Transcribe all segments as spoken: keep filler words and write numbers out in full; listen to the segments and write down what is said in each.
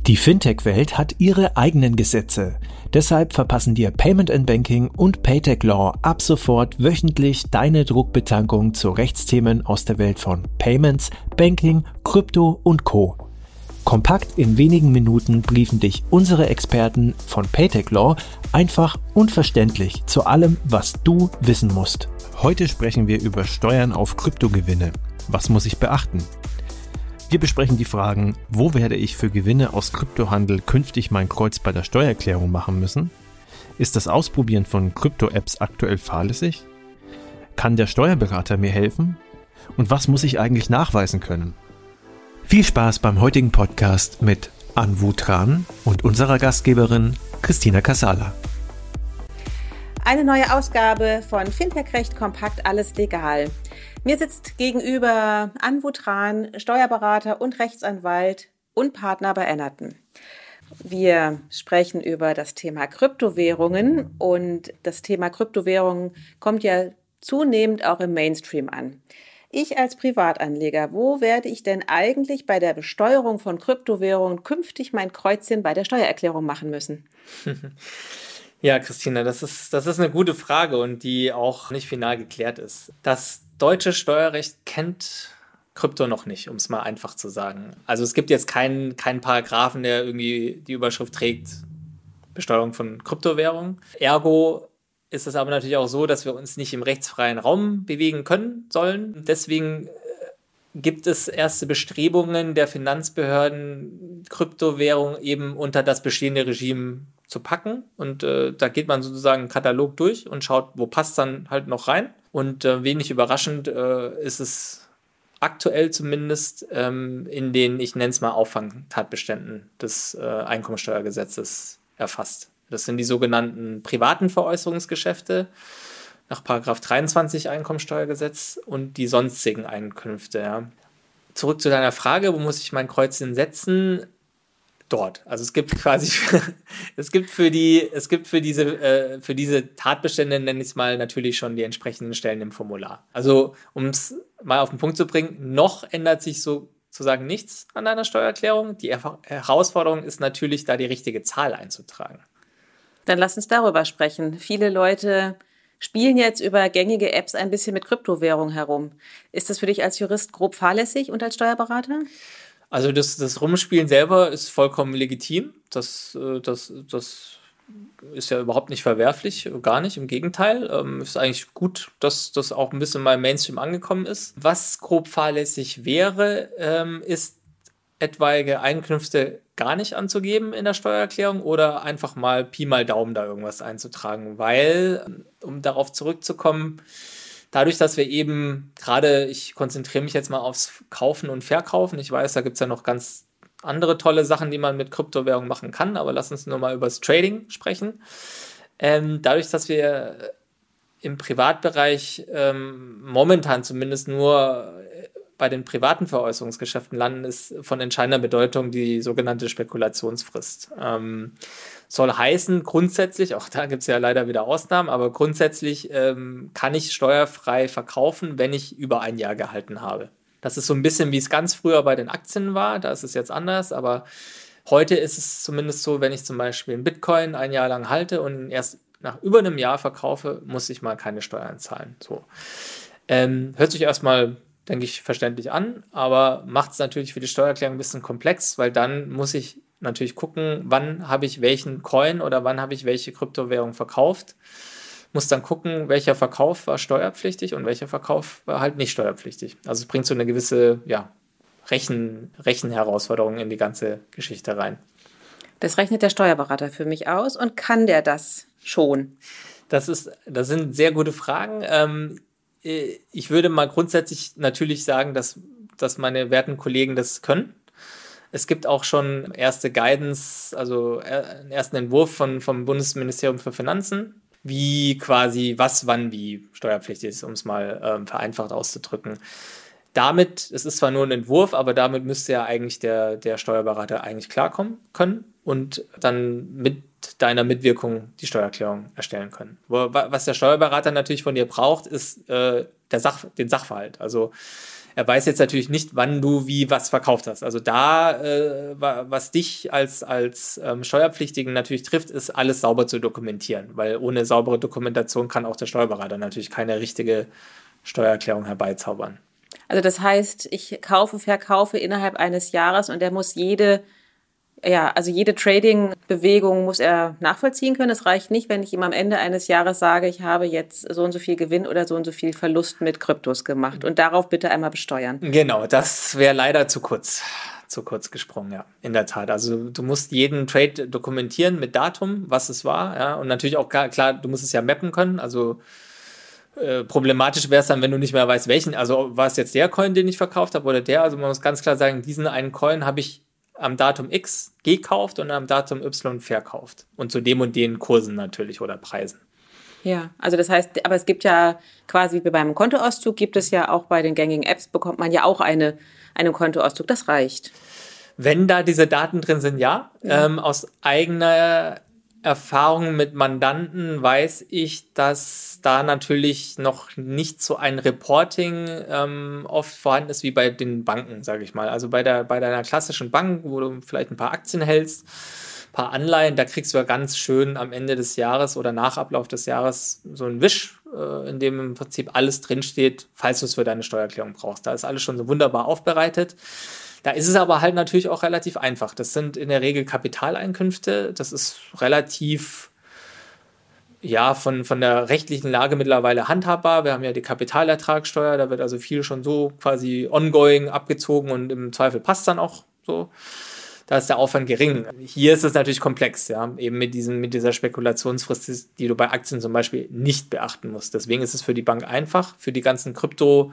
Die Fintech-Welt hat ihre eigenen Gesetze. Deshalb verpassen dir Payment and Banking und Paytech Law ab sofort wöchentlich deine Druckbetankung zu Rechtsthemen aus der Welt von Payments, Banking, Krypto und Co. Kompakt in wenigen Minuten briefen dich unsere Experten von Paytech Law einfach und verständlich zu allem, was du wissen musst. Heute sprechen wir über Steuern auf Kryptogewinne. Was muss ich beachten? Wir besprechen die Fragen, wo werde ich für Gewinne aus Kryptohandel künftig mein Kreuz bei der Steuererklärung machen müssen? Ist das Ausprobieren von Krypto-Apps aktuell fahrlässig? Kann der Steuerberater mir helfen? Und was muss ich eigentlich nachweisen können? Viel Spaß beim heutigen Podcast mit Anwu Tran und unserer Gastgeberin Christina Casala. Eine neue Ausgabe von Fintech-Recht kompakt, alles legal. Mir sitzt gegenüber Anwu Tran, Steuerberater und Rechtsanwalt und Partner bei Ennerton. Wir sprechen über das Thema Kryptowährungen und das Thema Kryptowährungen kommt ja zunehmend auch im Mainstream an. Ich als Privatanleger, wo werde ich denn eigentlich bei der Besteuerung von Kryptowährungen künftig mein Kreuzchen bei der Steuererklärung machen müssen? Ja, Christina, das ist, das ist eine gute Frage und die auch nicht final geklärt ist. Das deutsche Steuerrecht kennt Krypto noch nicht, um es mal einfach zu sagen. Also es gibt jetzt keinen, keinen Paragraphen, der irgendwie die Überschrift trägt, Besteuerung von Kryptowährungen. Ergo ist es aber natürlich auch so, dass wir uns nicht im rechtsfreien Raum bewegen können sollen. Deswegen gibt es erste Bestrebungen der Finanzbehörden, Kryptowährungen eben unter das bestehende Regime zu packen. Und äh, da geht man sozusagen einen Katalog durch und schaut, wo passt dann halt noch rein. Und äh, wenig überraschend äh, ist es aktuell zumindest ähm, in den, ich nenne es mal, Auffangtatbeständen des äh, Einkommensteuergesetzes erfasst. Das sind die sogenannten privaten Veräußerungsgeschäfte nach Paragraph dreiundzwanzig Einkommensteuergesetz und die sonstigen Einkünfte. Ja. Zurück zu deiner Frage, wo muss ich mein Kreuzchen setzen? Dort. Also es gibt quasi, es gibt für die, es gibt für diese, äh, für diese Tatbestände, nenne ich es mal, natürlich schon die entsprechenden Stellen im Formular. Also um es mal auf den Punkt zu bringen, noch ändert sich sozusagen nichts an deiner Steuererklärung. Die Herausforderung ist natürlich, da die richtige Zahl einzutragen. Dann lass uns darüber sprechen. Viele Leute spielen jetzt über gängige Apps ein bisschen mit Kryptowährung herum. Ist das für dich als Jurist grob fahrlässig und als Steuerberater? Also das, das Rumspielen selber ist vollkommen legitim. Das, das, das ist ja überhaupt nicht verwerflich, gar nicht, im Gegenteil. Ähm, ist eigentlich gut, dass das auch ein bisschen mal im Mainstream angekommen ist. Was grob fahrlässig wäre, ähm, ist etwaige Einkünfte gar nicht anzugeben in der Steuererklärung oder einfach mal Pi mal Daumen da irgendwas einzutragen, weil, um darauf zurückzukommen, dadurch, dass wir eben gerade, ich konzentriere mich jetzt mal aufs Kaufen und Verkaufen, ich weiß, da gibt es ja noch ganz andere tolle Sachen, die man mit Kryptowährung machen kann, aber lass uns nur mal über das Trading sprechen. Ähm, dadurch, dass wir im Privatbereich ähm, momentan zumindest nur bei den privaten Veräußerungsgeschäften landen, ist von entscheidender Bedeutung die sogenannte Spekulationsfrist. Ähm, soll heißen, grundsätzlich, auch da gibt es ja leider wieder Ausnahmen, aber grundsätzlich ähm, kann ich steuerfrei verkaufen, wenn ich über ein Jahr gehalten habe. Das ist so ein bisschen, wie es ganz früher bei den Aktien war, da ist es jetzt anders, aber heute ist es zumindest so, wenn ich zum Beispiel einen Bitcoin ein Jahr lang halte und erst nach über einem Jahr verkaufe, muss ich mal keine Steuern zahlen. So. Ähm, hört sich erstmal, denke ich, verständlich an, aber macht es natürlich für die Steuererklärung ein bisschen komplex, weil dann muss ich natürlich gucken, wann habe ich welchen Coin oder wann habe ich welche Kryptowährung verkauft. Muss dann gucken, welcher Verkauf war steuerpflichtig und welcher Verkauf war halt nicht steuerpflichtig. Also es bringt so eine gewisse ja, Rechen, Rechenherausforderung in die ganze Geschichte rein. Das rechnet der Steuerberater für mich aus und kann der das schon? Das ist, das sind sehr gute Fragen. Ähm, ich würde mal grundsätzlich natürlich sagen, dass, dass meine werten Kollegen das können. Es gibt auch schon erste Guidance, also einen ersten Entwurf von, vom Bundesministerium für Finanzen, wie quasi was, wann, wie steuerpflichtig ist, um es mal ähm, vereinfacht auszudrücken. Damit, es ist zwar nur ein Entwurf, aber damit müsste ja eigentlich der, der Steuerberater eigentlich klarkommen können und dann mit deiner Mitwirkung die Steuererklärung erstellen können. Was der Steuerberater natürlich von dir braucht, ist äh, der Sach, den Sachverhalt. Also Er weiß jetzt natürlich nicht, wann du wie was verkauft hast. Also da, äh, was dich als, als ähm, Steuerpflichtigen natürlich trifft, ist alles sauber zu dokumentieren, weil ohne saubere Dokumentation kann auch der Steuerberater natürlich keine richtige Steuererklärung herbeizaubern. Also das heißt, ich kaufe, verkaufe innerhalb eines Jahres und er muss jede Ja, also jede Trading-Bewegung muss er nachvollziehen können. Es reicht nicht, wenn ich ihm am Ende eines Jahres sage, ich habe jetzt so und so viel Gewinn oder so und so viel Verlust mit Kryptos gemacht und darauf bitte einmal besteuern. Genau, das wäre leider zu kurz, zu kurz gesprungen, ja, in der Tat. Also du musst jeden Trade dokumentieren mit Datum, was es war, ja, und natürlich auch klar, klar du musst es ja mappen können, also äh, problematisch wäre es dann, wenn du nicht mehr weißt, welchen, also war es jetzt der Coin, den ich verkauft habe oder der, also man muss ganz klar sagen, diesen einen Coin habe ich am Datum X gekauft und am Datum Y verkauft. Und zu dem und den Kursen natürlich oder Preisen. Ja, also das heißt, aber es gibt ja quasi wie beim Kontoauszug, gibt es ja auch bei den gängigen Apps, bekommt man ja auch eine, einen Kontoauszug. Das reicht. Wenn da diese Daten drin sind, ja. ja. Ähm, aus eigener Erfahrung mit Mandanten weiß ich, dass da natürlich noch nicht so ein Reporting ähm, oft vorhanden ist wie bei den Banken, sage ich mal. Also bei der bei deiner klassischen Bank, wo du vielleicht ein paar Aktien hältst, ein paar Anleihen, da kriegst du ja ganz schön am Ende des Jahres oder nach Ablauf des Jahres so einen Wisch, äh, in dem im Prinzip alles drinsteht, falls du es für deine Steuererklärung brauchst. Da ist alles schon so wunderbar aufbereitet. Da ist es aber halt natürlich auch relativ einfach. Das sind in der Regel Kapitaleinkünfte. Das ist relativ, ja, von, von der rechtlichen Lage mittlerweile handhabbar. Wir haben ja die Kapitalertragssteuer. Da wird also viel schon so quasi ongoing abgezogen und im Zweifel passt dann auch so. Da ist der Aufwand gering. Hier ist es natürlich komplex, ja, eben mit diesem, mit dieser Spekulationsfrist, die du bei Aktien zum Beispiel nicht beachten musst. Deswegen ist es für die Bank einfach. Für die ganzen Krypto-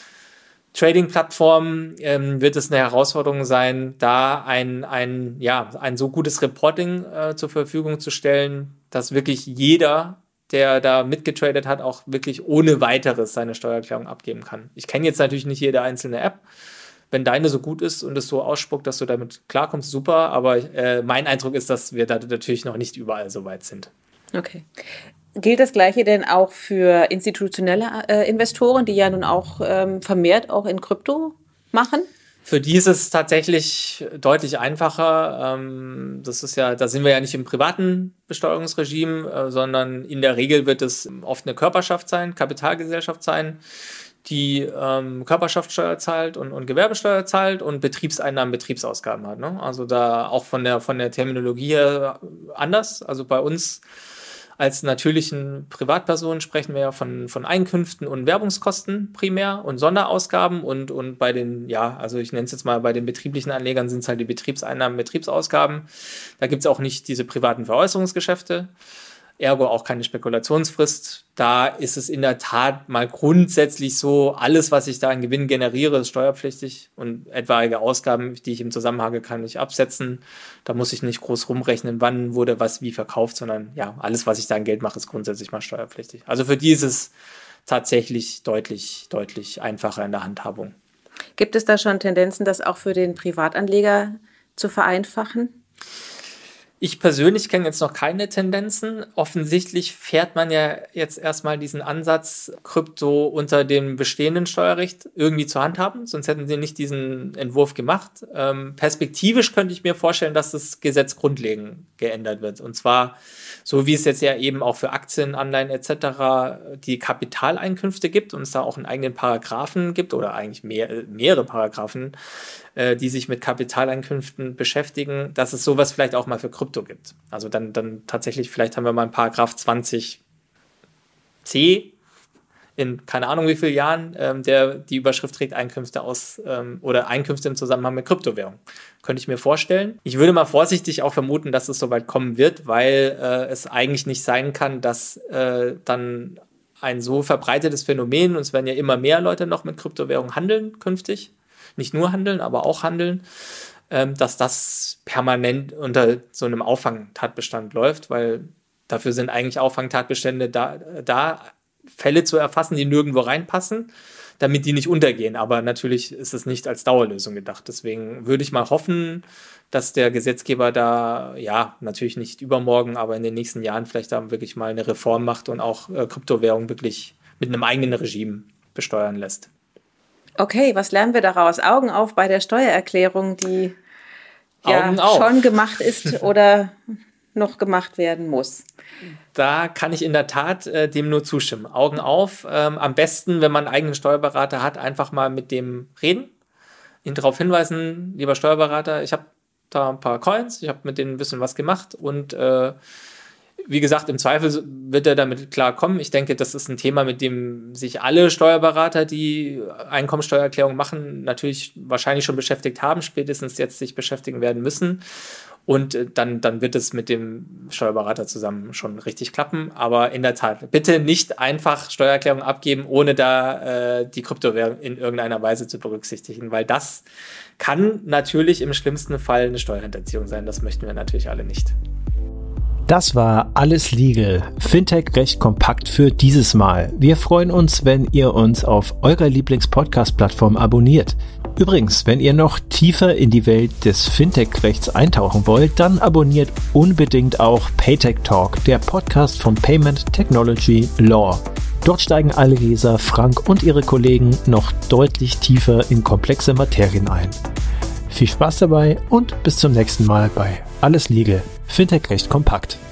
Trading-Plattformen ähm, wird es eine Herausforderung sein, da ein, ein, ja, ein so gutes Reporting äh, zur Verfügung zu stellen, dass wirklich jeder, der da mitgetradet hat, auch wirklich ohne weiteres seine Steuererklärung abgeben kann. Ich kenne jetzt natürlich nicht jede einzelne App. Wenn deine so gut ist und es so ausspuckt, dass du damit klarkommst, super. Aber äh, mein Eindruck ist, dass wir da natürlich noch nicht überall so weit sind. Okay. Gilt das Gleiche denn auch für institutionelle äh, Investoren, die ja nun auch ähm, vermehrt auch in Krypto machen? Für die ist es tatsächlich deutlich einfacher. Ähm, das ist ja, da sind wir ja nicht im privaten Besteuerungsregime, äh, sondern in der Regel wird es oft eine Körperschaft sein, Kapitalgesellschaft sein, die ähm, Körperschaftssteuer zahlt und, und Gewerbesteuer zahlt und Betriebseinnahmen, Betriebsausgaben hat. Ne? Also da auch von der, von der Terminologie her anders. Also bei uns als natürlichen Privatpersonen sprechen wir ja von, von Einkünften und Werbungskosten primär und Sonderausgaben und, und bei den, ja, also ich nenne es jetzt mal, bei den betrieblichen Anlegern sind es halt die Betriebseinnahmen, Betriebsausgaben. Da gibt es auch nicht diese privaten Veräußerungsgeschäfte, ergo auch keine Spekulationsfrist. Da ist es in der Tat mal grundsätzlich so, alles, was ich da an Gewinn generiere, ist steuerpflichtig und etwaige Ausgaben, die ich im Zusammenhang habe, kann ich absetzen. Da muss ich nicht groß rumrechnen, wann wurde was wie verkauft, sondern ja, alles, was ich da an Geld mache, ist grundsätzlich mal steuerpflichtig. Also für die ist es tatsächlich deutlich, deutlich einfacher in der Handhabung. Gibt es da schon Tendenzen, das auch für den Privatanleger zu vereinfachen? Ich persönlich kenne jetzt noch keine Tendenzen. Offensichtlich fährt man ja jetzt erstmal diesen Ansatz, Krypto unter dem bestehenden Steuerrecht irgendwie zu handhaben, sonst hätten sie nicht diesen Entwurf gemacht. Ähm, perspektivisch könnte ich mir vorstellen, dass das Gesetz grundlegend geändert wird. Und zwar, so wie es jetzt ja eben auch für Aktien, Anleihen et cetera die Kapitaleinkünfte gibt und es da auch einen eigenen Paragraphen gibt oder eigentlich mehr, mehrere Paragraphen, die sich mit Kapitaleinkünften beschäftigen, dass es sowas vielleicht auch mal für Krypto gibt. Also dann, dann tatsächlich, vielleicht haben wir mal einen Paragraph zwanzig c in keine Ahnung wie vielen Jahren, ähm, der die Überschrift trägt Einkünfte aus ähm, oder Einkünfte im Zusammenhang mit Kryptowährung. Könnte ich mir vorstellen. Ich würde mal vorsichtig auch vermuten, dass es soweit kommen wird, weil äh, es eigentlich nicht sein kann, dass äh, dann ein so verbreitetes Phänomen, und es werden ja immer mehr Leute noch mit Kryptowährung handeln künftig, nicht nur handeln, aber auch handeln, ähm, dass das permanent unter so einem Auffangtatbestand läuft, weil dafür sind eigentlich Auffangtatbestände da, da Fälle zu erfassen, die nirgendwo reinpassen, damit die nicht untergehen. Aber natürlich ist es nicht als Dauerlösung gedacht. Deswegen würde ich mal hoffen, dass der Gesetzgeber da, ja, natürlich nicht übermorgen, aber in den nächsten Jahren vielleicht da wirklich mal eine Reform macht und auch äh, Kryptowährung wirklich mit einem eigenen Regime besteuern lässt. Okay, was lernen wir daraus? Augen auf bei der Steuererklärung, die ja schon gemacht ist oder noch gemacht werden muss. Da kann ich in der Tat äh, dem nur zustimmen. Augen auf. Ähm, am besten, wenn man einen eigenen Steuerberater hat, einfach mal mit dem reden, ihn darauf hinweisen, lieber Steuerberater, ich habe da ein paar Coins, ich habe mit denen ein bisschen was gemacht und äh, wie gesagt, im Zweifel wird er damit klarkommen. Ich denke, das ist ein Thema, mit dem sich alle Steuerberater, die Einkommensteuererklärung machen, natürlich wahrscheinlich schon beschäftigt haben, spätestens jetzt sich beschäftigen werden müssen. Und dann, dann wird es mit dem Steuerberater zusammen schon richtig klappen. Aber in der Tat, bitte nicht einfach Steuererklärung abgeben, ohne da äh, die Kryptowährung in irgendeiner Weise zu berücksichtigen, weil das kann natürlich im schlimmsten Fall eine Steuerhinterziehung sein. Das möchten wir natürlich alle nicht. Das war Alles Legal, Fintech recht kompakt für dieses Mal. Wir freuen uns, wenn ihr uns auf eurer Lieblings-Podcast-Plattform abonniert. Übrigens, wenn ihr noch tiefer in die Welt des Fintech-Rechts eintauchen wollt, dann abonniert unbedingt auch Paytech Talk, der Podcast von Payment Technology Law. Dort steigen alle Leser, Frank und ihre Kollegen noch deutlich tiefer in komplexe Materien ein. Viel Spaß dabei und bis zum nächsten Mal bei Alles Legal, Fintech recht kompakt.